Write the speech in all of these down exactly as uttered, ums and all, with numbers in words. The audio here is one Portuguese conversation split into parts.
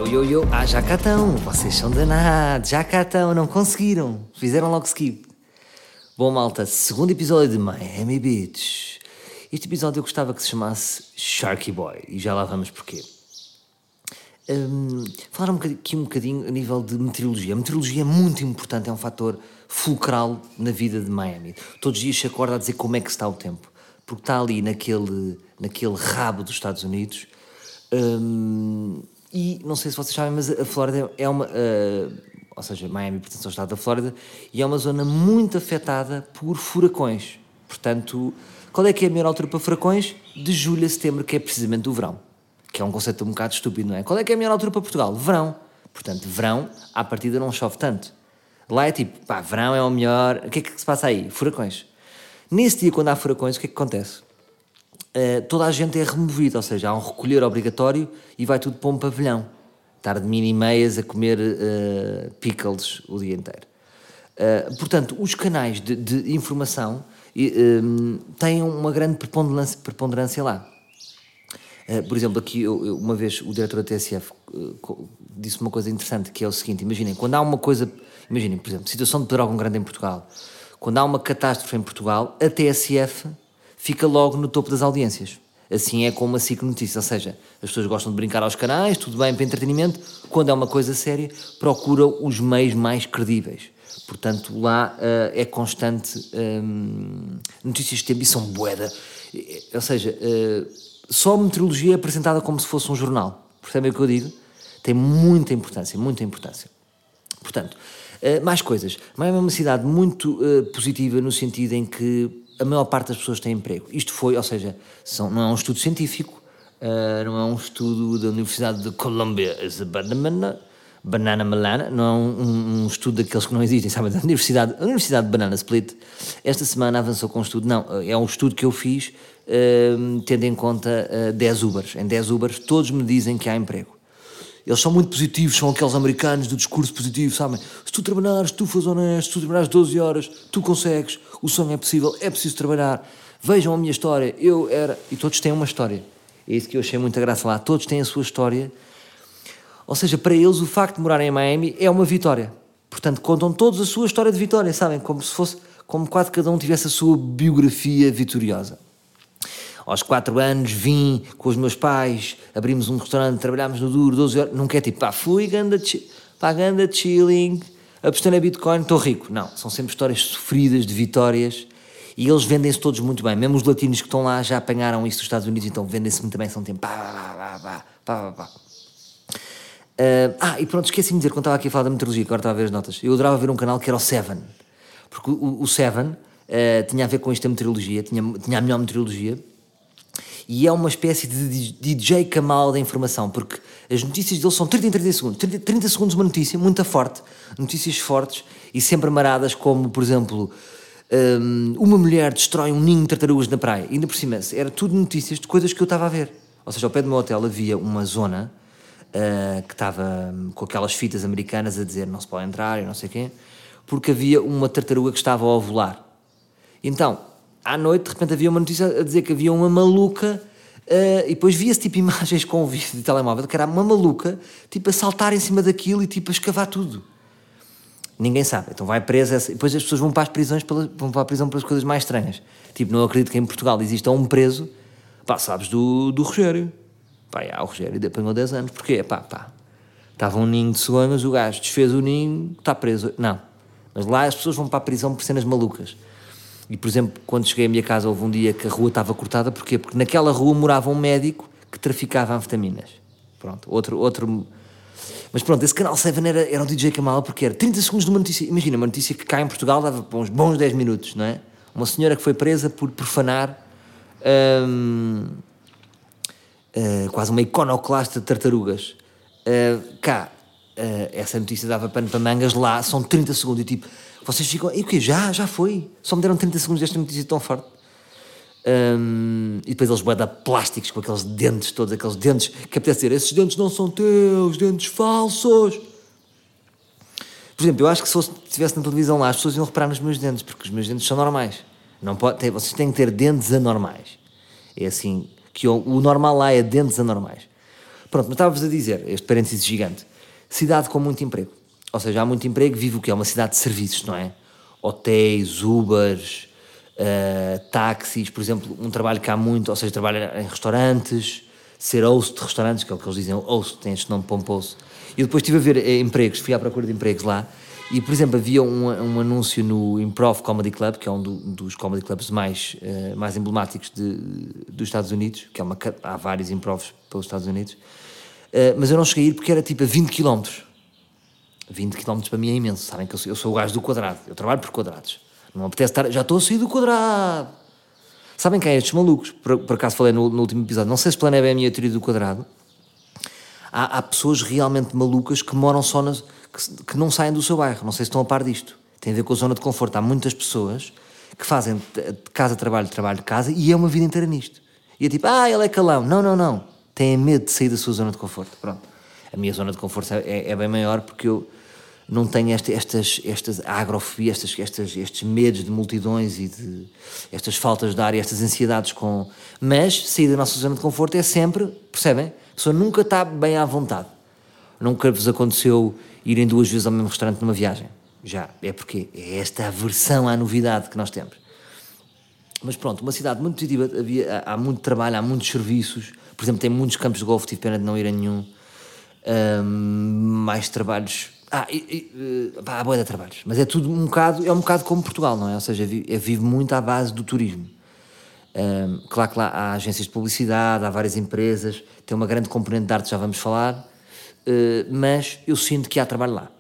Yo, yo, yo, ah, já cá estão, vocês são danados, já cá estão, não conseguiram, fizeram logo skip. Bom, malta, segundo episódio de Miami Beach. Este episódio eu gostava que se chamasse Sharky Boy, e já lá vamos porquê. Um, falar um aqui um bocadinho a nível de meteorologia. A meteorologia é muito importante, é um fator fulcral na vida de Miami. Todos os dias se acorda a dizer como é que está o tempo, porque está ali naquele, naquele rabo dos Estados Unidos. Um, e não sei se vocês sabem, mas a Flórida é uma, uh, ou seja, Miami pertence ao estado da Flórida, e é uma zona muito afetada por furacões. Portanto, qual é que é a melhor altura para furacões? De julho a setembro, que é precisamente o verão, que é um conceito um bocado estúpido, não é? Qual é que é a melhor altura para Portugal? Verão. Portanto, verão, à partida não chove tanto. Lá é tipo, pá, verão é o melhor. O que é que se passa aí? Furacões. Nesse dia, quando há furacões, o que é que acontece? Uh, toda a gente é removida, ou seja, há um recolher obrigatório e vai tudo para um pavilhão. Estar de mini meias a comer uh, pickles o dia inteiro. Uh, portanto, os canais de, de informação uh, têm uma grande preponderância, preponderância lá. Uh, por exemplo, aqui eu, eu, uma vez o diretor da T S F uh, disse uma coisa interessante, que é o seguinte: imaginem, quando há uma coisa, imaginem, por exemplo, situação de pedrógão grande em Portugal, quando há uma catástrofe em Portugal, a T S F fica logo no topo das audiências. Assim é como a S I C Notícias, ou seja, as pessoas gostam de brincar aos canais, tudo bem para entretenimento, quando é uma coisa séria, procuram os meios mais credíveis. Portanto, lá uh, é constante um, notícias de tempo e são bué. Ou seja, uh, só a meteorologia é apresentada como se fosse um jornal. Percebem o que eu digo? Tem muita importância, muita importância. Portanto, uh, mais coisas. Miami é uma cidade muito uh, positiva no sentido em que a maior parte das pessoas tem emprego. Isto foi, ou seja, são, não é um estudo científico, uh, não é um estudo da Universidade de Columbia, Banana, Banana Malana, não é um, um estudo daqueles que não existem, sabe? Da Universidade, a Universidade de Banana Split, esta semana avançou com um estudo, não, é um estudo que eu fiz, uh, tendo em conta uh, dez Ubers. Em dez Ubers, todos me dizem que há emprego. Eles são muito positivos, são aqueles americanos do discurso positivo, sabem? Se tu trabalhares, tu fores honesto, se tu trabalhares doze horas, tu consegues, o sonho é possível, é preciso trabalhar. Vejam a minha história, eu era... E todos têm uma história. É isso que eu achei muita graça lá. Todos têm a sua história. Ou seja, para eles o facto de morarem em Miami é uma vitória. Portanto, contam todos a sua história de vitória, sabem? Como se fosse... Como quase cada um tivesse a sua biografia vitoriosa. Aos quatro anos vim com os meus pais, abrimos um restaurante, trabalhámos no duro, doze horas, nunca é tipo, pá, fui, ganda, chi- pá, ganda chilling, apostei na Bitcoin, estou rico. Não, são sempre histórias sofridas, de vitórias, e eles vendem-se todos muito bem. Mesmo os latinos que estão lá já apanharam isso dos Estados Unidos, então vendem-se muito bem, são tempo, pá, pá, pá, pá, pá, pá, pá. Uh, ah, e pronto, esqueci-me de dizer, quando estava aqui a falar da meteorologia, agora estava a ver as notas, eu adorava ver um canal que era o Seven, porque o, o Seven uh, tinha a ver com isto da meteorologia, tinha, tinha a melhor meteorologia. E é uma espécie de D J Kamal da informação, porque as notícias dele são trinta em trinta segundos. trinta, trinta segundos uma notícia, muito forte, notícias fortes e sempre amaradas, como, por exemplo, um, uma mulher destrói um ninho de tartarugas na praia. E ainda por cima, era tudo notícias de coisas que eu estava a ver. Ou seja, ao pé do meu hotel havia uma zona uh, que estava com aquelas fitas americanas a dizer não se pode entrar e não sei quê, porque havia uma tartaruga que estava a ovular. Então, à noite, de repente, havia uma notícia a dizer que havia uma maluca, uh, e depois via-se tipo imagens com vídeo de telemóvel, que era uma maluca, tipo a saltar em cima daquilo e tipo a escavar tudo. Ninguém sabe, então vai presa, e depois as pessoas vão para as prisões, pelas, vão para a prisão pelas coisas mais estranhas. Tipo, não acredito que em Portugal exista um preso, pá, sabes, do, do Rogério. Pá, já, o Rogério apanhou dez anos, porquê? Pá, pá, estava um ninho de cegonhas, o gajo desfez o ninho, está preso. Não, mas lá as pessoas vão para a prisão por cenas malucas. E, por exemplo, quando cheguei à minha casa, houve um dia que a rua estava cortada. Porquê? Porque naquela rua morava um médico que traficava anfetaminas. Pronto, outro... outro... Mas pronto, esse canal Seven era, era o D J Kamal, porque era trinta segundos de uma notícia. Imagina, uma notícia que cá em Portugal dava uns bons dez minutos, não é? Uma senhora que foi presa por profanar hum, uh, quase uma iconoclasta de tartarugas. Uh, cá, uh, essa notícia dava pano para mangas. Lá são trinta segundos e tipo... Vocês ficam, e o quê? Já? Já foi? Só me deram trinta segundos desta notícia tão forte. Um, e depois eles boedam plásticos com aqueles dentes todos, aqueles dentes que apetece dizer, esses dentes não são teus, dentes falsos. Por exemplo, eu acho que se fosse, estivesse na televisão lá, as pessoas iam reparar nos meus dentes, porque os meus dentes são normais. Não pode ter, vocês têm que ter dentes anormais. É assim, que o, o normal lá é dentes anormais. Pronto, mas estava-vos a dizer, este parênteses gigante, cidade com muito emprego. Ou seja, há muito emprego, vive o que é uma cidade de serviços, não é? Hotéis, Ubers, uh, táxis, por exemplo, um trabalho que há muito, ou seja, trabalho em restaurantes, ser host de restaurantes, que é o que eles dizem, host, tem este nome pomposo. E depois estive a ver eh, empregos, fui à procura de empregos lá, e, por exemplo, havia um, um anúncio no Improv Comedy Club, que é um do, dos comedy clubs mais, uh, mais emblemáticos de, dos Estados Unidos, que é uma, há vários improvs pelos Estados Unidos, uh, mas eu não cheguei a ir porque era tipo a vinte quilómetros. vinte quilómetros para mim é imenso, sabem que eu sou, eu sou o gajo do quadrado, eu trabalho por quadrados. Não me apetece estar, já estou a sair do quadrado. Sabem quem é estes malucos? Por, por acaso falei no, no último episódio, não sei se planei bem a minha teoria do quadrado. Há, há pessoas realmente malucas que moram só nas... Que, que não saem do seu bairro, não sei se estão a par disto. Tem a ver com a zona de conforto. Há muitas pessoas que fazem de casa, trabalho, trabalho, de casa e é uma vida inteira nisto. E é tipo, ah, ele é calão. Não, não, não. Têm medo de sair da sua zona de conforto. Pronto. A minha zona de conforto é, é bem maior porque eu não tenho esta, estas, estas agrofobias, estas, estas, estes medos de multidões e de estas faltas de ar e estas ansiedades com... Mas sair da nossa zona de conforto é sempre, percebem? A pessoa nunca está bem à vontade. Nunca vos aconteceu irem duas vezes ao mesmo restaurante numa viagem? Já. É porque é esta aversão à novidade que nós temos. Mas pronto, uma cidade muito positiva, havia, há muito trabalho, há muitos serviços. Por exemplo, tem muitos campos de golfe, tive pena de não ir a nenhum. Um, mais trabalhos... Ah, e, e, pá, há boia de trabalhos. Mas é tudo um bocado, é um bocado como Portugal, não é? Ou seja, vive, vive muito à base do turismo. Um, claro que lá há agências de publicidade, há várias empresas, tem uma grande componente de arte, já vamos falar. Uh, mas eu sinto que há trabalho lá.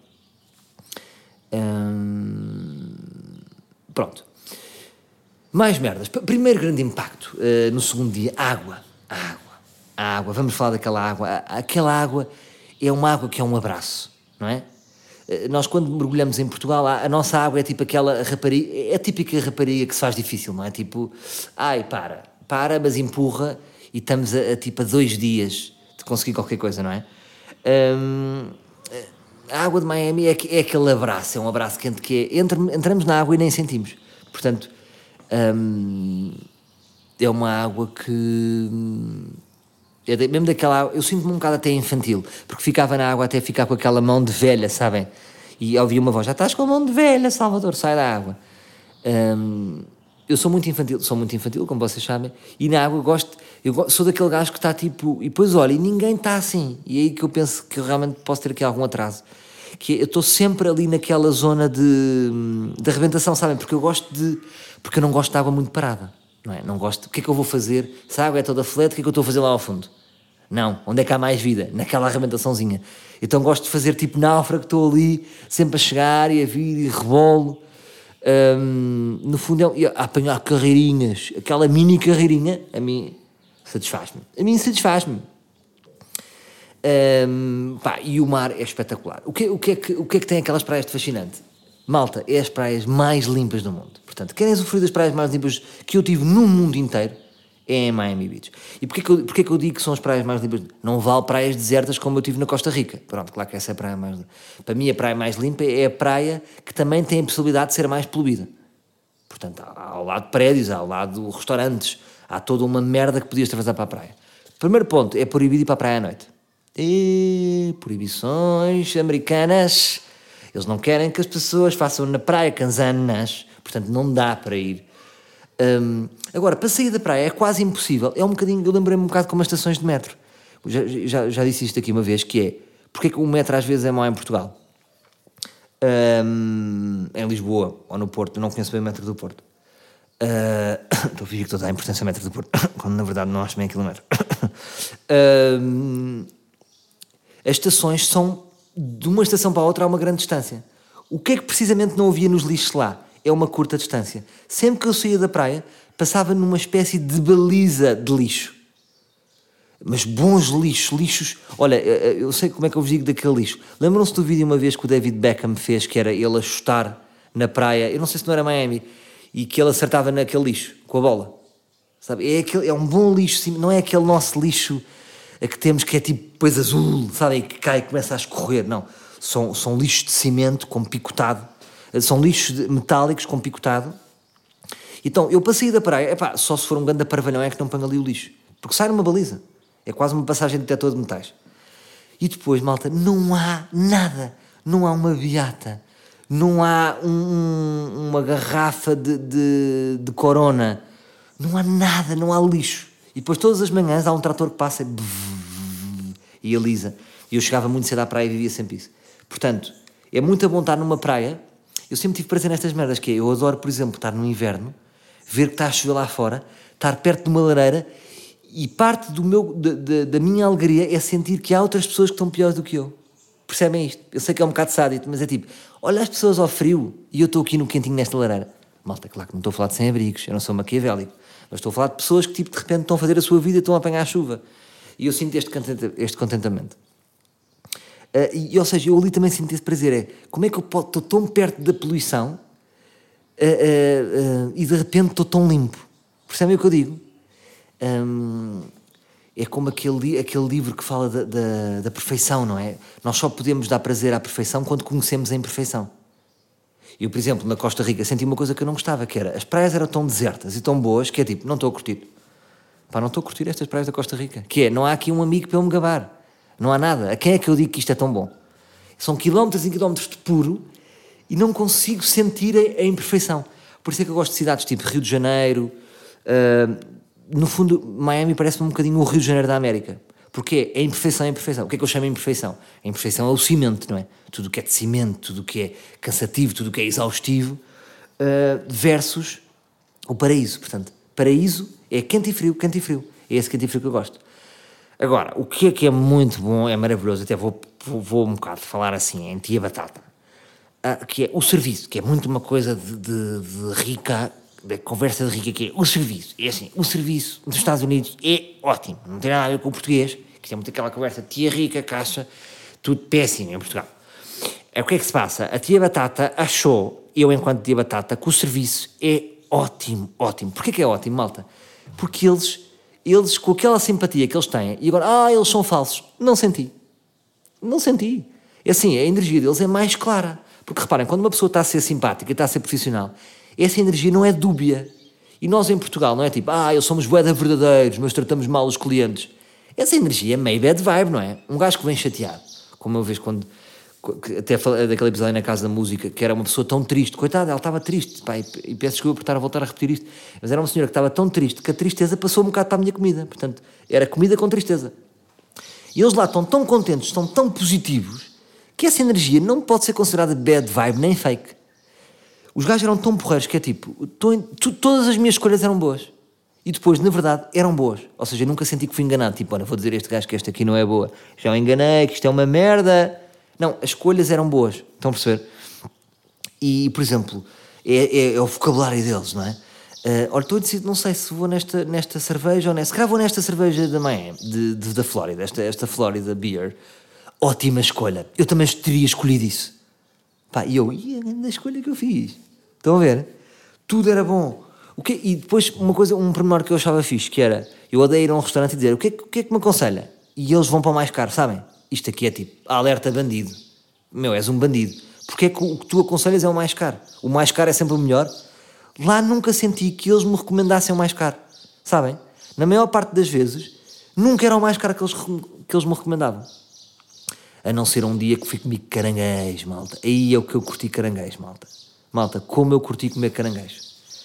Um, pronto. Mais merdas. Primeiro grande impacto, uh, no segundo dia, água. A água. A água. Vamos falar daquela água. Aquela água é uma água que é um abraço, não é? Uh, nós quando mergulhamos em Portugal, a, a nossa água é tipo aquela rapariga, é a típica rapariga que se faz difícil, não é? Tipo, ai, para, para, mas empurra e estamos a, a tipo a dois dias de conseguir qualquer coisa, não é? Um, a água de Miami é, é aquele abraço, é um abraço quente que é, entre, entramos na água e nem sentimos, portanto um, é uma água que é de, mesmo daquela água, eu sinto-me um bocado até infantil, porque ficava na água até ficar com aquela mão de velha, sabem, e ouvia uma voz, já estás com a mão de velha, Salvador, sai da água. um, eu sou muito infantil, sou muito infantil, como vocês sabem, e na água gosto, eu sou daquele gajo que está tipo, e depois olha, e ninguém está assim, e é aí que eu penso que eu realmente posso ter aqui algum atraso, que eu estou sempre ali naquela zona de, de arrebentação, sabem, porque eu gosto de, porque eu não gosto de água muito parada, não é, não gosto, o que é que eu vou fazer, se a água é toda flete, o que é que eu estou a fazer lá ao fundo? Não, onde é que há mais vida? Naquela arrebentaçãozinha, então gosto de fazer tipo náufrago, estou ali, sempre a chegar e a vir e rebolo. Um, no fundo é a apanhar carreirinhas, aquela mini carreirinha a mim satisfaz-me, a mim satisfaz-me. Um, pá, e o mar é espetacular. O que, o, que é que, o que é que tem aquelas praias de fascinante? Malta, é as praias mais limpas do mundo. Portanto, querem usufruir das praias mais limpas que eu tive no mundo inteiro, é em Miami Beach. E porquê que, eu, porquê que eu digo que são as praias mais limpas? Não vale praias desertas como eu tive na Costa Rica. Pronto, claro que essa é a praia mais limpa. Para mim, a praia mais limpa é a praia que também tem a possibilidade de ser mais poluída. Portanto, ao lado de prédios, ao lado de restaurantes, há toda uma merda que podias trazer para a praia. Primeiro ponto, é proibido ir para a praia à noite. E proibições americanas. Eles não querem que as pessoas façam na praia canzanas. Portanto, não dá para ir. Um, agora, para sair da praia é quase impossível. É um bocadinho, eu lembrei-me um bocado como as estações de metro. Já, já, já disse isto aqui uma vez, que é, porque é que o metro às vezes é mau em Portugal? Um, em Lisboa ou no Porto, eu não conheço bem o metro do Porto. Uh, estou a fingir que estou a dar importância ao metro do Porto, quando na verdade não acho bem aquilo metro. um, as estações são, de uma estação para a outra há uma grande distância. O que é que precisamente não havia nos lixos lá? É uma curta distância. Sempre que eu saía da praia, passava numa espécie de baliza de lixo. Mas bons lixos, lixos... Olha, eu sei como é que eu vos digo daquele lixo. Lembram-se do vídeo uma vez que o David Beckham fez, que era ele a chutar na praia, eu não sei se não era Miami, e que ele acertava naquele lixo, com a bola. Sabe? É, aquele, é um bom lixo, não é aquele nosso lixo que temos que é tipo depois azul, sabe? E que cai e começa a escorrer. Não. São, são lixos de cimento com picotado. São lixos metálicos com picotado. Então, eu passei da praia, epá, só se for um grande parvalhão é que não põe ali o lixo. Porque sai numa baliza. É quase uma passagem de detector de metais. E depois, malta, não há nada. Não há uma beata. Não há um, uma garrafa de, de, de Corona. Não há nada, não há lixo. E depois todas as manhãs há um trator que passa e alisa. E eu chegava muito cedo à praia e vivia sempre isso. Portanto, é muito bom estar numa praia. Eu sempre tive prazer nestas merdas, que é, eu adoro, por exemplo, estar no inverno, ver que está a chover lá fora, estar perto de uma lareira, e parte do meu, de, de, da minha alegria é sentir que há outras pessoas que estão piores do que eu. Percebem isto? Eu sei que é um bocado sádico, mas é tipo, olha as pessoas ao frio e eu estou aqui no quentinho nesta lareira. Malta, claro que não estou a falar de sem-abrigos, eu não sou maquiavélico, mas estou a falar de pessoas que tipo, de repente estão a fazer a sua vida e estão a apanhar a chuva. E eu sinto este, contenta, este contentamento. Uh, e, ou seja, eu ali também sinto esse prazer, é como é que eu posso, estou tão perto da poluição uh, uh, uh, e de repente estou tão limpo. Percebem o que eu digo? Um, é como aquele, aquele livro que fala da, da, da perfeição, não é? Nós só podemos dar prazer à perfeição quando conhecemos a imperfeição. Eu, por exemplo, na Costa Rica senti uma coisa que eu não gostava, que era, as praias eram tão desertas e tão boas, que é tipo, não estou a curtir. Pá, não estou a curtir estas praias da Costa Rica. Que é, não há aqui um amigo para eu me gabar. Não há nada. A quem é que eu digo que isto é tão bom? São quilómetros e quilómetros de puro e não consigo sentir a, a imperfeição. Por isso é que eu gosto de cidades tipo Rio de Janeiro. Uh, no fundo, Miami parece-me um bocadinho o Rio de Janeiro da América. Porque é a imperfeição, é a imperfeição. O que é que eu chamo de imperfeição? A imperfeição é o cimento, não é? Tudo o que é de cimento, tudo o que é cansativo, tudo o que é exaustivo, uh, versus o paraíso. Portanto, paraíso é quente e frio, quente e frio. É esse quente e frio que eu gosto. Agora, o que é que é muito bom, é maravilhoso, até vou, vou, vou um bocado falar assim, em tia batata, uh, que é o serviço, que é muito uma coisa de, de, de rica, da conversa de rica, que é o serviço. É assim, o serviço dos Estados Unidos é ótimo, não tem nada a ver com o português, que isto é muito aquela conversa de tia rica, caixa, tudo péssimo em Portugal. É, o que é que se passa? A tia batata achou, eu enquanto tia batata, que o serviço é ótimo, ótimo. Porquê que é ótimo, malta? Porque eles... eles, com aquela simpatia que eles têm, e agora, ah, eles são falsos. Não senti. Não senti. É assim, a energia deles é mais clara. Porque reparem, quando uma pessoa está a ser simpática e está a ser profissional, essa energia não é dúbia. E nós em Portugal não é tipo, ah, eles somos bué de verdadeiros, mas tratamos mal os clientes. Essa energia é meio bad vibe, não é? Um gajo que vem chateado, como eu vejo quando... até falei daquele episódio na Casa da Música, que era uma pessoa tão triste, coitada, ela estava triste, pá, e, e peço desculpa por estar a voltar a repetir isto, mas era uma senhora que estava tão triste que a tristeza passou um bocado para a minha comida, portanto, era comida com tristeza. E eles lá estão tão contentes, estão tão positivos, que essa energia não pode ser considerada bad vibe, nem fake. Os gajos eram tão porreiros que é tipo, tô em, tu, todas as minhas escolhas eram boas. E depois, na verdade, eram boas. Ou seja, eu nunca senti que fui enganado, tipo, olha, vou dizer a este gajo que esta aqui não é boa, já o enganei, que isto é uma merda... Não, as escolhas eram boas, estão a perceber? E, por exemplo, é, é, é o vocabulário deles, não é? Uh, olha, estou a decidir, não sei se vou nesta, nesta cerveja ou nesta... Se calhar vou nesta cerveja da Miami, de, de, da Flórida, esta, esta Florida Beer. Ótima escolha. Eu também teria escolhido isso. Pá, e eu, e a grande escolha que eu fiz? Estão a ver? Tudo era bom. O que, e depois, uma coisa, um pormenor que eu achava fixe, que era, eu odeio ir a um restaurante e dizer, o que, é, o que é que me aconselha? E eles vão para o mais caro, sabem? Isto aqui é tipo, alerta bandido. Meu, és um bandido. Porque é que o que tu aconselhas é o mais caro? O mais caro é sempre o melhor? Lá nunca senti que eles me recomendassem o mais caro. Sabem? Na maior parte das vezes, nunca era o mais caro que eles, que eles me recomendavam. A não ser um dia que fui comer caranguejo, malta. Aí é o que eu curti caranguejo, malta. Malta, como eu curti comer caranguejo.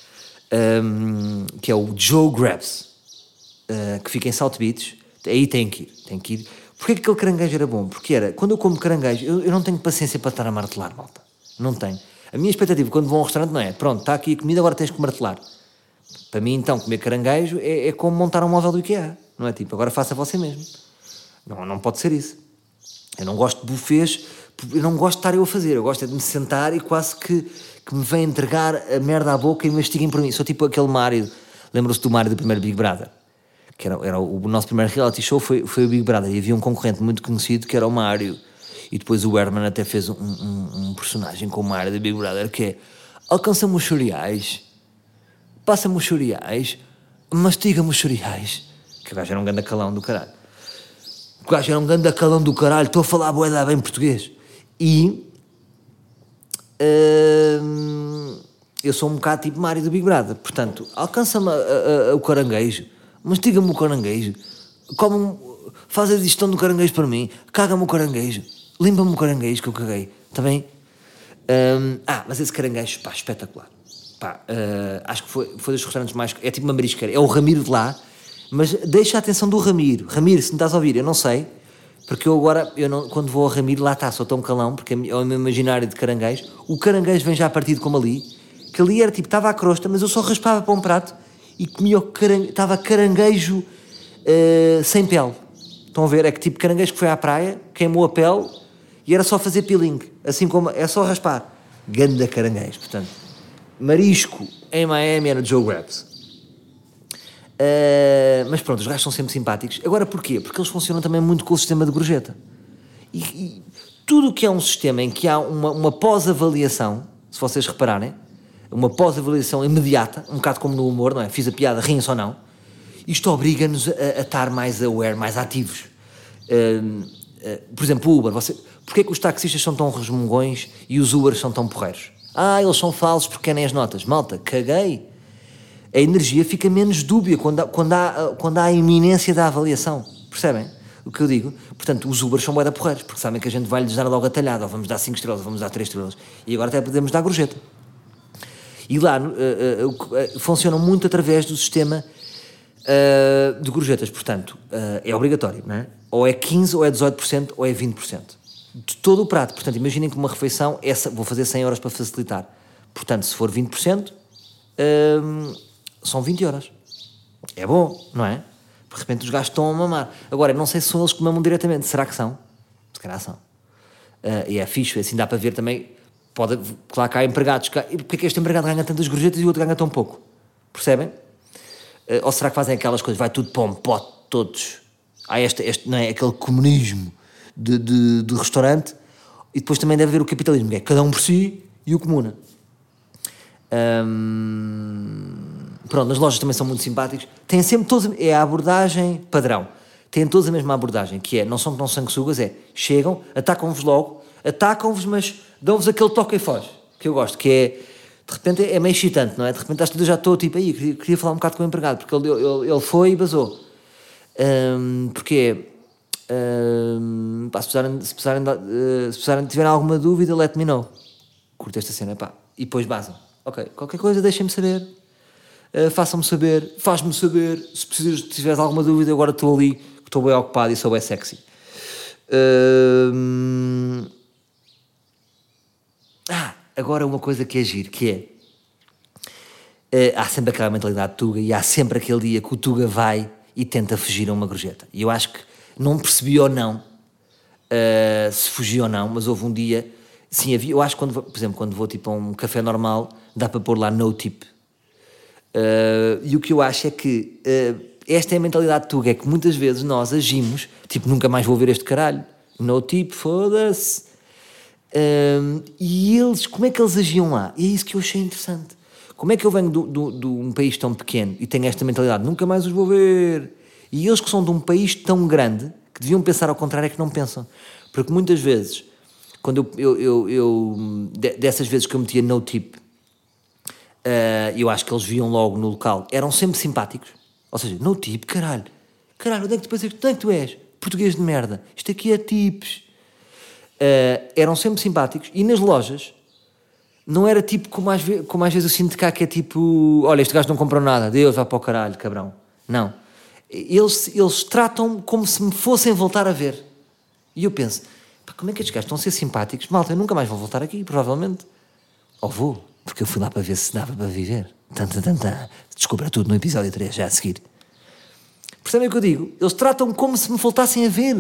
Um, que é o Joe Grabs, uh, que fica em South Beach. Aí tem que ir, tem que ir. Porquê que aquele caranguejo era bom? Porque era, quando eu como caranguejo, eu, eu não tenho paciência para estar a martelar, malta. Não tenho. A minha expectativa quando vou a um restaurante não é, pronto, está aqui a comida, agora tens que martelar. Para mim, então, comer caranguejo é, é como montar um móvel do IKEA. Não é tipo, agora faça você mesmo. Não, não pode ser isso. Eu não gosto de buffets, eu não gosto de estar eu a fazer. Eu gosto é de me sentar e quase que, que me vem entregar a merda à boca e mastiguem por mim. Sou tipo aquele Mário, lembram-se do Mário do primeiro Big Brother? Que era, era o, o nosso primeiro reality show foi, foi o Big Brother, e havia um concorrente muito conhecido que era o Mário, e depois o Herman até fez um, um, um personagem com o Mário do Big Brother que é, alcança-me os cereais, passa-me os cereais, mastiga-me os cereais, que o gajo era um ganda calão do caralho, o gajo era um ganda calão do caralho, estou a falar bué bem português, e hum, eu sou um bocado tipo Mário do Big Brother, portanto, alcança-me a, a, a, o caranguejo, mastiga-me o caranguejo, come faz a digestão do caranguejo para mim, caga-me o caranguejo, limpa-me o caranguejo que eu caguei, está bem? Um, ah, mas esse caranguejo, pá, espetacular. Pá, uh, acho que foi, foi dos restaurantes mais... É tipo uma marisqueira, é o Ramiro de lá, mas deixa a atenção do Ramiro. Ramiro, se me estás a ouvir, eu não sei, porque eu agora, eu não, quando vou ao Ramiro, lá está, sou tão calão, porque é o meu imaginário de caranguejo. O caranguejo vem já partido como ali, que ali era tipo, estava à crosta, mas eu só raspava para um prato e comia o caranguejo, estava caranguejo uh, sem pele. Estão a ver? É que tipo caranguejo que foi à praia, queimou a pele e era só fazer peeling, assim como, é só raspar. Ganda caranguejo, portanto. Marisco em Miami era Joe Grabs. Uh, mas pronto, os gajos são sempre simpáticos. Agora porquê? Porque eles funcionam também muito com o sistema de gorjeta. E, e tudo o que é um sistema em que há uma, uma pós-avaliação, se vocês repararem, uma pós-avaliação imediata, um bocado como no humor, não é? Fiz a piada, riem-se ou não. Isto obriga-nos a, a estar mais aware, mais ativos. Uh, uh, por exemplo, o Uber. Você, porquê que os taxistas são tão resmungões e os Ubers são tão porreiros? Ah, eles são falsos porque querem as notas. Malta, caguei. A energia fica menos dúbia quando há, quando há, quando há a iminência da avaliação. Percebem o que eu digo? Portanto, os Ubers são bué da porreiros, porque sabem que a gente vai-lhes dar logo a talhada, ou vamos dar cinco estrelas, ou vamos dar três estrelas. E agora até podemos dar gorjeta. E lá uh, uh, uh, funcionam muito através do sistema uh, de gorjetas. Portanto, uh, é obrigatório, não é? Ou é quinze, ou é dezoito por cento, ou é vinte por cento. De todo o prato. Portanto, imaginem que uma refeição, essa, vou fazer cem euros para facilitar. Portanto, se for vinte por cento... Uh, são vinte euros. É bom, não é? De repente os gajos estão a mamar. Agora, não sei se são eles que mamam diretamente. Será que são? Se calhar são. Uh, e é fixe, assim dá para ver também. Pode, claro que há empregados. E porque é que este empregado ganha tantas gorjetas e o outro ganha tão pouco? Percebem? Uh, ou será que fazem aquelas coisas? Vai tudo para um pote, todos. Há este, este, não é? Aquele comunismo de, de, de restaurante. E depois também deve haver o capitalismo, que é cada um por si e o comuna. Hum, pronto, as lojas também são muito simpáticos. Têm sempre todos, é a abordagem padrão. Têm todos a mesma abordagem, que é, não são tão sanguessugas, é, chegam, atacam-vos logo, atacam-vos, mas dão-vos aquele toque e foge, que eu gosto, que é, de repente é meio excitante, não é? De repente eu já estou tipo, aí, queria, queria falar um bocado com o empregado, porque ele, ele, ele foi e basou. Hum, porque é, hum, pá, se precisarem, se precisarem, uh, se precisarem, tiverem alguma dúvida, let me know. Curto esta cena, pá, e depois basam. Ok, qualquer coisa deixem-me saber, uh, façam-me saber, faz-me saber, se precisas, se tiveres alguma dúvida, agora estou ali, que estou bem ocupado e sou bem sexy. Uh... Ah, agora uma coisa que é giro, que é, uh, há sempre aquela mentalidade de Tuga e há sempre aquele dia que o Tuga vai e tenta fugir a uma gorjeta. E eu acho que não percebi ou não, uh, se fugi ou não, mas houve um dia... Sim, havia, eu acho que, quando, por exemplo, quando vou tipo a um café normal, dá para pôr lá no tip. Uh, e o que eu acho é que uh, esta é a mentalidade de Tuga, é que muitas vezes nós agimos, tipo, nunca mais vou ver este caralho, no tip, foda-se. Uh, e eles, como é que eles agiam lá? E é isso que eu achei interessante. Como é que eu venho de um país tão pequeno e tenho esta mentalidade, nunca mais os vou ver? E eles que são de um país tão grande, que deviam pensar ao contrário, é que não pensam. Porque muitas vezes... Quando eu, eu, eu, eu, dessas vezes que eu metia no tip, uh, eu acho que eles viam logo no local, eram sempre simpáticos. Ou seja, no tip, caralho, caralho, onde é que tu pensas, onde é que tu és? Português de merda, isto aqui é tips. Uh, eram sempre simpáticos e nas lojas não era tipo como às, vezes, como às vezes eu sinto cá, que é tipo, olha, este gajo não comprou nada, Deus, vai para o caralho, cabrão. Não. Eles, eles tratam como se me fossem voltar a ver. E eu penso, pá, como é que estes gajos estão a ser simpáticos? Malta, eu nunca mais vou voltar aqui, provavelmente. Ou vou, porque eu fui lá para ver se dava para viver. Tanta, tanta. Descubra tudo no episódio três, já a seguir. Percebem o que eu digo? Eles tratam como se me voltassem a ver.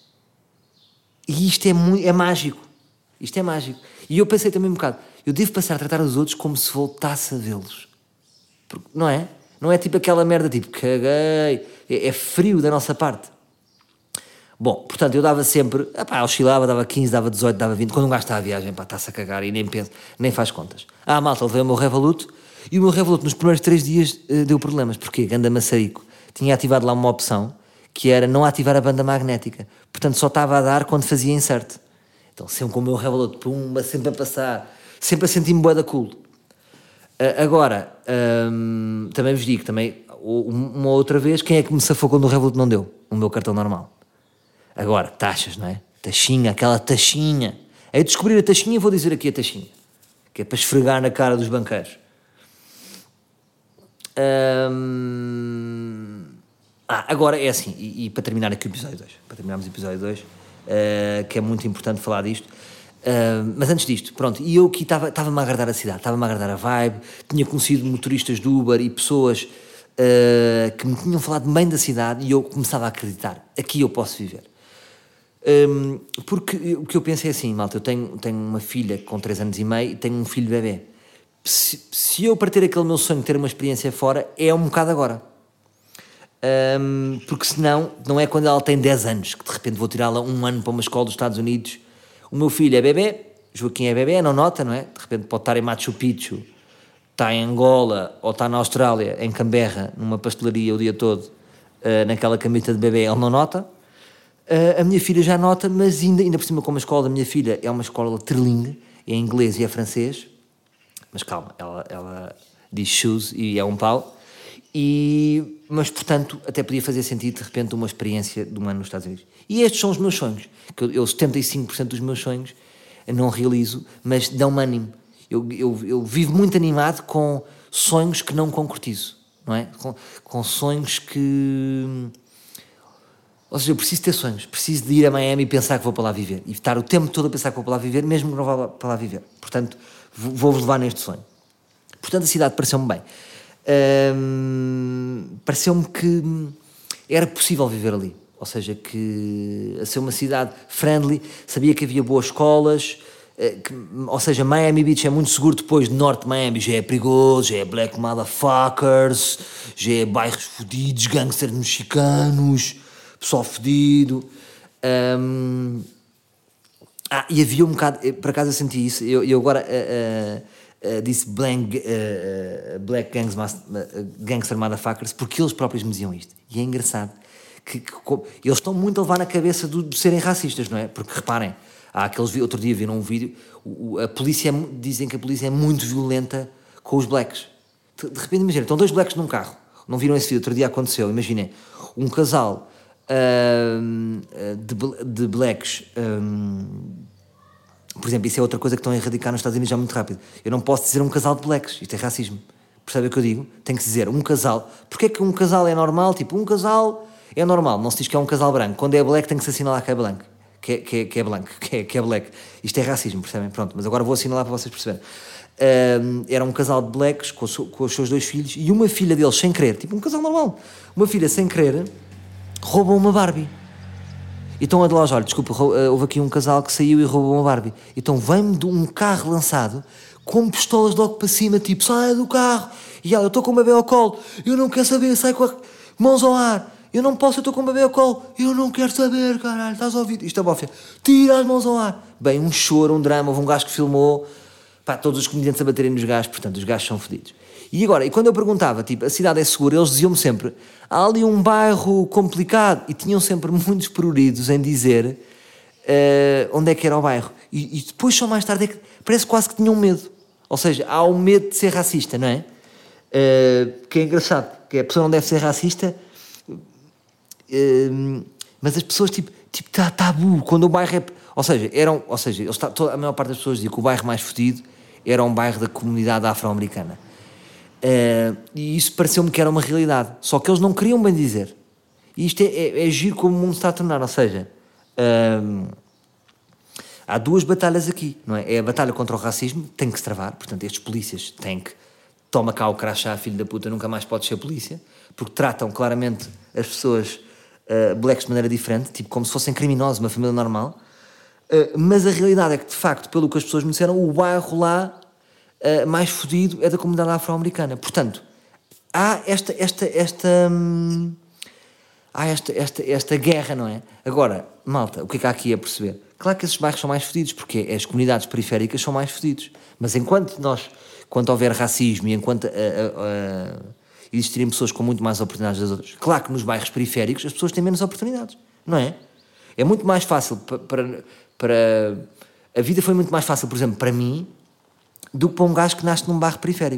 E isto é, muito, é mágico. Isto é mágico. E eu pensei também um bocado, eu devo passar a tratar os outros como se voltasse a vê-los. Porque, não é? Não é tipo aquela merda, tipo, caguei. É, é frio da nossa parte. Bom, portanto, eu dava sempre, epá, oscilava, dava quinze, dava dezoito, dava vinte. Quando um gajo está a viagem, pá, está-se a cagar e nem pensa, nem faz contas. Ah, malta, levei o meu Revolut e o meu Revolut nos primeiros três dias uh, deu problemas. Porquê? Ganda maçarico. Tinha ativado lá uma opção que era não ativar a banda magnética. Portanto, só estava a dar quando fazia insert. Então, sempre com o meu Revolut, pumba, sempre a passar, sempre a sentir-me bué da cool. Uh, agora, um, também vos digo, também, ou uma outra vez, quem é que me safou quando o Revolut não deu? O meu cartão normal. Agora, taxas, não é? Taxinha, aquela taxinha. Aí descobrir a taxinha, vou dizer aqui a taxinha, que é para esfregar na cara dos banqueiros. Hum... Ah, agora é assim, e, e para terminar aqui o episódio dois, para terminarmos o episódio dois, uh, que é muito importante falar disto, uh, mas antes disto, pronto, e eu aqui estava-me a agradar a cidade, estava-me a agradar a vibe, tinha conhecido motoristas de Uber e pessoas uh, que me tinham falado bem da cidade e eu começava a acreditar, aqui eu posso viver. Um, porque o que eu penso é assim, malta, eu tenho, tenho uma filha com três anos e meio e tenho um filho bebê. Se, se eu para ter aquele meu sonho de ter uma experiência fora, é um bocado agora. Um, porque senão, não é quando ela tem dez anos, que de repente vou tirá-la um ano para uma escola dos Estados Unidos. O meu filho é bebê, Joaquim é bebê, não nota, não é? De repente pode estar em Machu Picchu, está em Angola ou está na Austrália, em Canberra, numa pastelaria o dia todo, uh, naquela camita de bebê, ele não nota. Uh, a minha filha já nota, mas ainda, ainda por cima, como a escola da minha filha é uma escola trilingue, é inglês e é francês, mas calma, ela, ela diz shoes e é um pau, e, mas portanto até podia fazer sentido de repente uma experiência de um ano nos Estados Unidos. E estes são os meus sonhos, que eu, eu setenta e cinco por cento dos meus sonhos não realizo, mas dão-me ânimo. Eu, eu, eu vivo muito animado com sonhos que não concretizo, não é? Com, com sonhos que... Ou seja, eu preciso ter sonhos, preciso de ir a Miami e pensar que vou para lá viver. E estar o tempo todo a pensar que vou para lá viver, mesmo que não vá para lá viver. Portanto, vou-vos levar neste sonho. Portanto, a cidade pareceu-me bem. Hum, pareceu-me que era possível viver ali. Ou seja, que a ser uma cidade friendly, sabia que havia boas escolas, que, ou seja, Miami Beach é muito seguro. Depois de Norte de Miami já é perigoso, já é black motherfuckers, já é bairros fodidos, gangsters mexicanos... pessoal fedido. Um, ah, e havia um bocado, por acaso eu senti isso, eu, eu agora uh, uh, uh, disse blank, uh, Black gangs, uh, Gangster Motherfuckers, porque eles próprios me diziam isto. E é engraçado, que, que, que eles estão muito a levar na cabeça de, de serem racistas, não é? Porque reparem, há aqueles, outro dia viram um vídeo, o, a polícia, é, dizem que a polícia é muito violenta com os blacks. De, de repente, imagina, estão dois blacks num carro, não viram esse vídeo, outro dia aconteceu, imaginem, um casal... Um, de, de blacks, um, por exemplo, isso é outra coisa que estão a erradicar nos Estados Unidos já muito rápido. Eu não posso dizer um casal de blacks, isto é racismo. Percebe o que eu digo? Tem que se dizer um casal. Porque é que um casal é normal? Tipo, um casal é normal, não se diz que é um casal branco. Quando é black tem que se assinalar que é branco, que é, que é, que é branco, que é, que é black. Isto é racismo, percebem? Pronto, mas agora vou assinalar para vocês perceberem. Um, era um casal de blacks com, com os seus dois filhos e uma filha deles sem querer, tipo um casal normal, uma filha sem querer roubam uma Barbie. Então a de lá, olha, desculpa, houve aqui um casal que saiu e roubou uma Barbie. Então vem-me de um carro lançado com pistolas logo para cima, tipo, sai do carro. E ela, eu estou com o bebê ao colo, eu não quero saber, sai com a... mãos ao ar. Eu não posso, eu estou com o bebê ao colo, eu não quero saber, caralho, estás a ouvir? Isto é bófia, tira as mãos ao ar. Bem, um choro, um drama, houve um gajo que filmou, pá, todos os comediantes a baterem nos gajos, portanto, os gajos são fodidos. E agora, e quando eu perguntava, tipo, a cidade é segura, eles diziam-me sempre, há ali um bairro complicado, e tinham sempre muitos pruridos em dizer uh, onde é que era o bairro. E, e depois, só mais tarde, é que parece quase que tinham medo. Ou seja, há o medo de ser racista, não é? Uh, que é engraçado, que a pessoa não deve ser racista, uh, mas as pessoas, tipo, tipo tá tabu, quando o bairro é... Ou seja, eram, ou seja eles, toda, a maior parte das pessoas dizia que o bairro mais fodido era um bairro da comunidade afro-americana. Uh, e isso pareceu-me que era uma realidade, só que eles não queriam bem dizer. E isto é, é, é giro como o mundo está a tornar. Ou seja, uh, há duas batalhas aqui, não é? É a batalha contra o racismo, tem que se travar. Portanto, estes polícias têm que, toma cá o crachá, filho da puta, nunca mais pode ser polícia, porque tratam claramente as pessoas uh, blacks de maneira diferente, tipo como se fossem criminosos, uma família normal. Uh, mas a realidade é que, de facto, pelo que as pessoas me disseram, o bairro lá Uh, mais fodido é da comunidade afro-americana. Portanto, há esta, esta, esta, hum, há esta, esta, esta guerra, não é? Agora, malta, o que é que há aqui a perceber? Claro que esses bairros são mais fodidos, porque as comunidades periféricas são mais fodidos. Mas enquanto nós, enquanto houver racismo e enquanto uh, uh, uh, existirem pessoas com muito mais oportunidades das outras, claro que nos bairros periféricos as pessoas têm menos oportunidades, não é? É muito mais fácil para, para, para... A vida foi muito mais fácil, por exemplo, para mim, do que para um gajo que nasce num bairro periférico.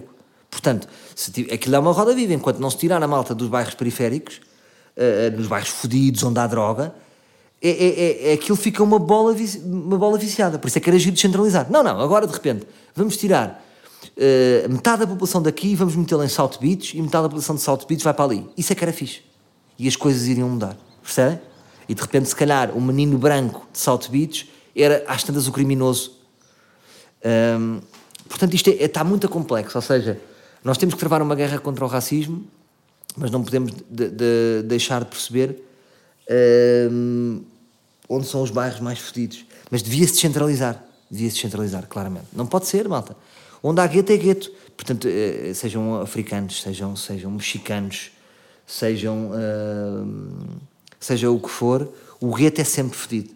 Portanto, se tiv- aquilo é uma roda viva. Enquanto não se tirar a malta dos bairros periféricos, uh, nos bairros fodidos, onde há droga, é, é, é, é, aquilo fica uma bola, vici- uma bola viciada. Por isso é que era giro descentralizar. Não, não, agora de repente vamos tirar uh, metade da população daqui e vamos metê-la em South Beach, e metade da população de South Beach vai para ali. Isso é que era fixe. E as coisas iriam mudar. Percebem? E de repente, se calhar, o menino branco de South Beach era, às tantas, o criminoso. Um, portanto, isto é, está muito complexo. Ou seja, nós temos que travar uma guerra contra o racismo, mas não podemos de, de, deixar de perceber um, onde são os bairros mais fodidos. Mas devia-se descentralizar. Devia-se descentralizar, claramente. Não pode ser, malta. Onde há gueto é gueto. Portanto, eh, sejam africanos, sejam, sejam mexicanos, sejam... Uh, seja o que for, o gueto é sempre fodido.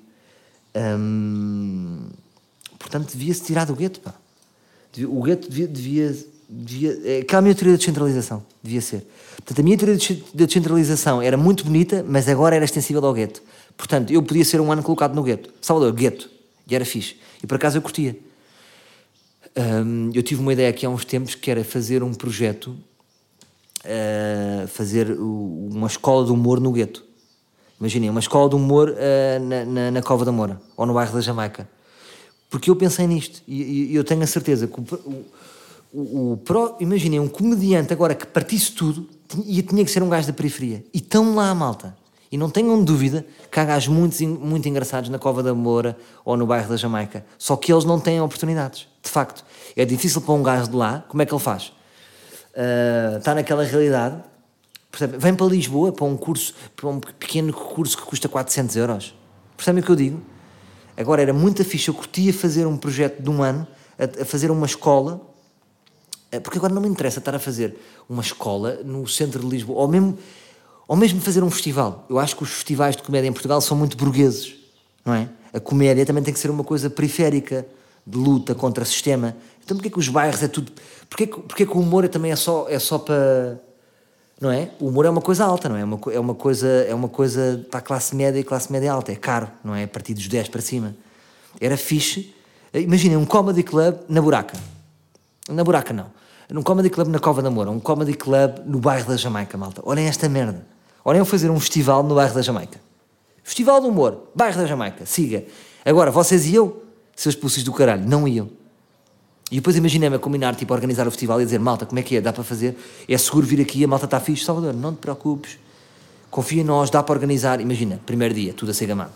Um, portanto, devia-se tirar do gueto, pá. O gueto devia... devia, devia é aquela minha teoria de descentralização. Devia ser. Portanto, a minha teoria de descentralização era muito bonita, mas agora era extensível ao gueto. Portanto, eu podia ser um ano colocado no gueto. Salvador, gueto. E era fixe. E por acaso eu curtia. Um, eu tive uma ideia aqui há uns tempos que era fazer um projeto, uh, fazer o, uma escola de humor no gueto. Imaginem, uma escola de humor uh, na, na, na Cova da Moura, ou no bairro da Jamaica. Porque eu pensei nisto, e, e eu tenho a certeza que o, o, o, o pro, imaginem, um comediante agora que partisse tudo, tinha, tinha que ser um gajo da periferia. E estão lá, malta. E não tenham dúvida que há gajos muito, muito engraçados na Cova da Moura ou no bairro da Jamaica. Só que eles não têm oportunidades, de facto. É difícil para um gajo de lá, como é que ele faz? Uh, está naquela realidade... Percebe? Vem para Lisboa para um curso, para um pequeno curso que custa quatrocentos euros. Percebem o que eu digo? Agora era muito fixe, eu curtia fazer um projeto de um ano, a, a fazer uma escola, porque agora não me interessa estar a fazer uma escola no centro de Lisboa, ou mesmo, ou mesmo fazer um festival. Eu acho que os festivais de comédia em Portugal são muito burgueses, não é? A comédia também tem que ser uma coisa periférica, de luta contra o sistema. Então porquê que os bairros é tudo... Porquê, porquê que o humor também é só, é só para... Não é? O humor é uma coisa alta, não é? É uma, é uma coisa, é uma coisa para a classe média e classe média alta. É caro, não é? A partir dos dez para cima. Era fixe. Imaginem um comedy club na Buraca. Na Buraca não. Num comedy club na Cova da Moura. Um comedy club no bairro da Jamaica, malta. Olhem esta merda. Olhem eu fazer um festival no bairro da Jamaica. Festival do humor. Bairro da Jamaica. Siga. Agora, vocês e eu, seus pulsos do caralho, não iam. E depois imaginei-me a combinar, tipo, a organizar o festival e a dizer, malta, como é que é? Dá para fazer? É seguro vir aqui, a malta está fixe. Salvador, não te preocupes. Confia em nós, dá para organizar. Imagina, primeiro dia, tudo a ser gamado.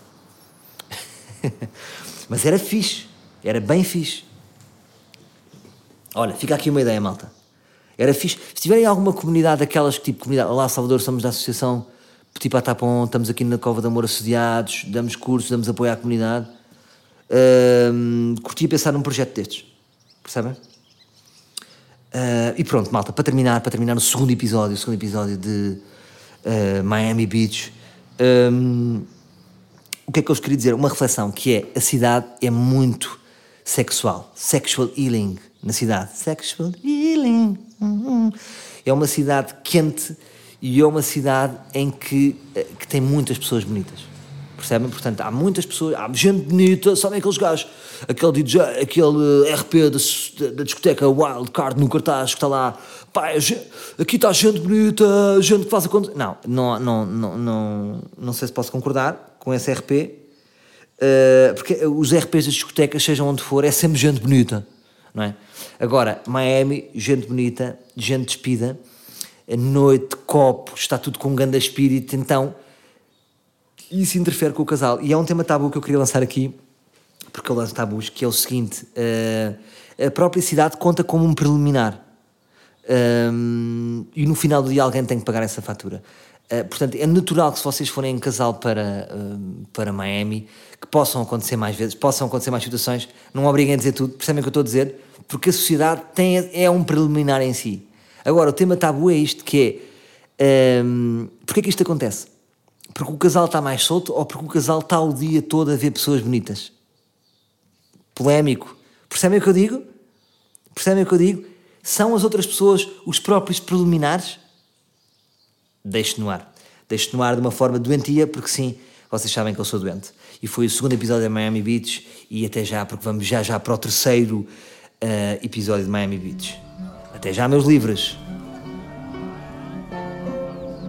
Mas era fixe. Era bem fixe. Olha, fica aqui uma ideia, malta. Era fixe. Se tiverem alguma comunidade, aquelas que, tipo, comunidade, lá, Salvador, somos da associação Petit Patapon, estamos aqui na Cova da Moura associados, damos cursos, damos apoio à comunidade. Hum, curtia pensar num projeto destes. Percebem? Uh, e pronto, malta, para terminar, para terminar o segundo episódio, o segundo episódio de uh, Miami Beach, um, o que é que eu vos queria dizer? Uma reflexão, que é, a cidade é muito sexual, sexual healing na cidade, sexual healing, uhum. É uma cidade quente e é uma cidade em que, que tem muitas pessoas bonitas. Percebem? Portanto, há muitas pessoas, há gente bonita, sabem aqueles gajos, aquele D J, aquele R P da, da discoteca Wildcard no cartaz que está lá, pá, aqui está gente bonita, gente que faz a conta. Não, não, não, não, não, não sei se posso concordar com esse R P, uh, porque os R Ps das discotecas, sejam onde for, é sempre gente bonita, não é? Agora, Miami, gente bonita, gente despida, noite, copo, está tudo com um grande espírito, então... isso interfere com o casal. E é um tema tabu que eu queria lançar aqui, porque eu lanço tabus, que é o seguinte, uh, a própria cidade conta como um preliminar. Um, e no final do dia alguém tem que pagar essa fatura. Uh, portanto, é natural que se vocês forem em casal para, uh, para Miami, que possam acontecer mais vezes, possam acontecer mais situações, não obriguem a dizer tudo, percebem o que eu estou a dizer? Porque a sociedade tem, é um preliminar em si. Agora, o tema tabu é isto, que é, um, porque é que isto acontece? Porque o casal está mais solto ou porque o casal está o dia todo a ver pessoas bonitas? Polémico. Percebem o que eu digo? Percebem o que eu digo? São as outras pessoas os próprios preliminares? Deixe no ar. Deixe no ar de uma forma doentia, porque sim, vocês sabem que eu sou doente. E foi o segundo episódio de Miami Beach, e até já, porque vamos já já para o terceiro uh, episódio de Miami Beach. Até Até já, meus livres.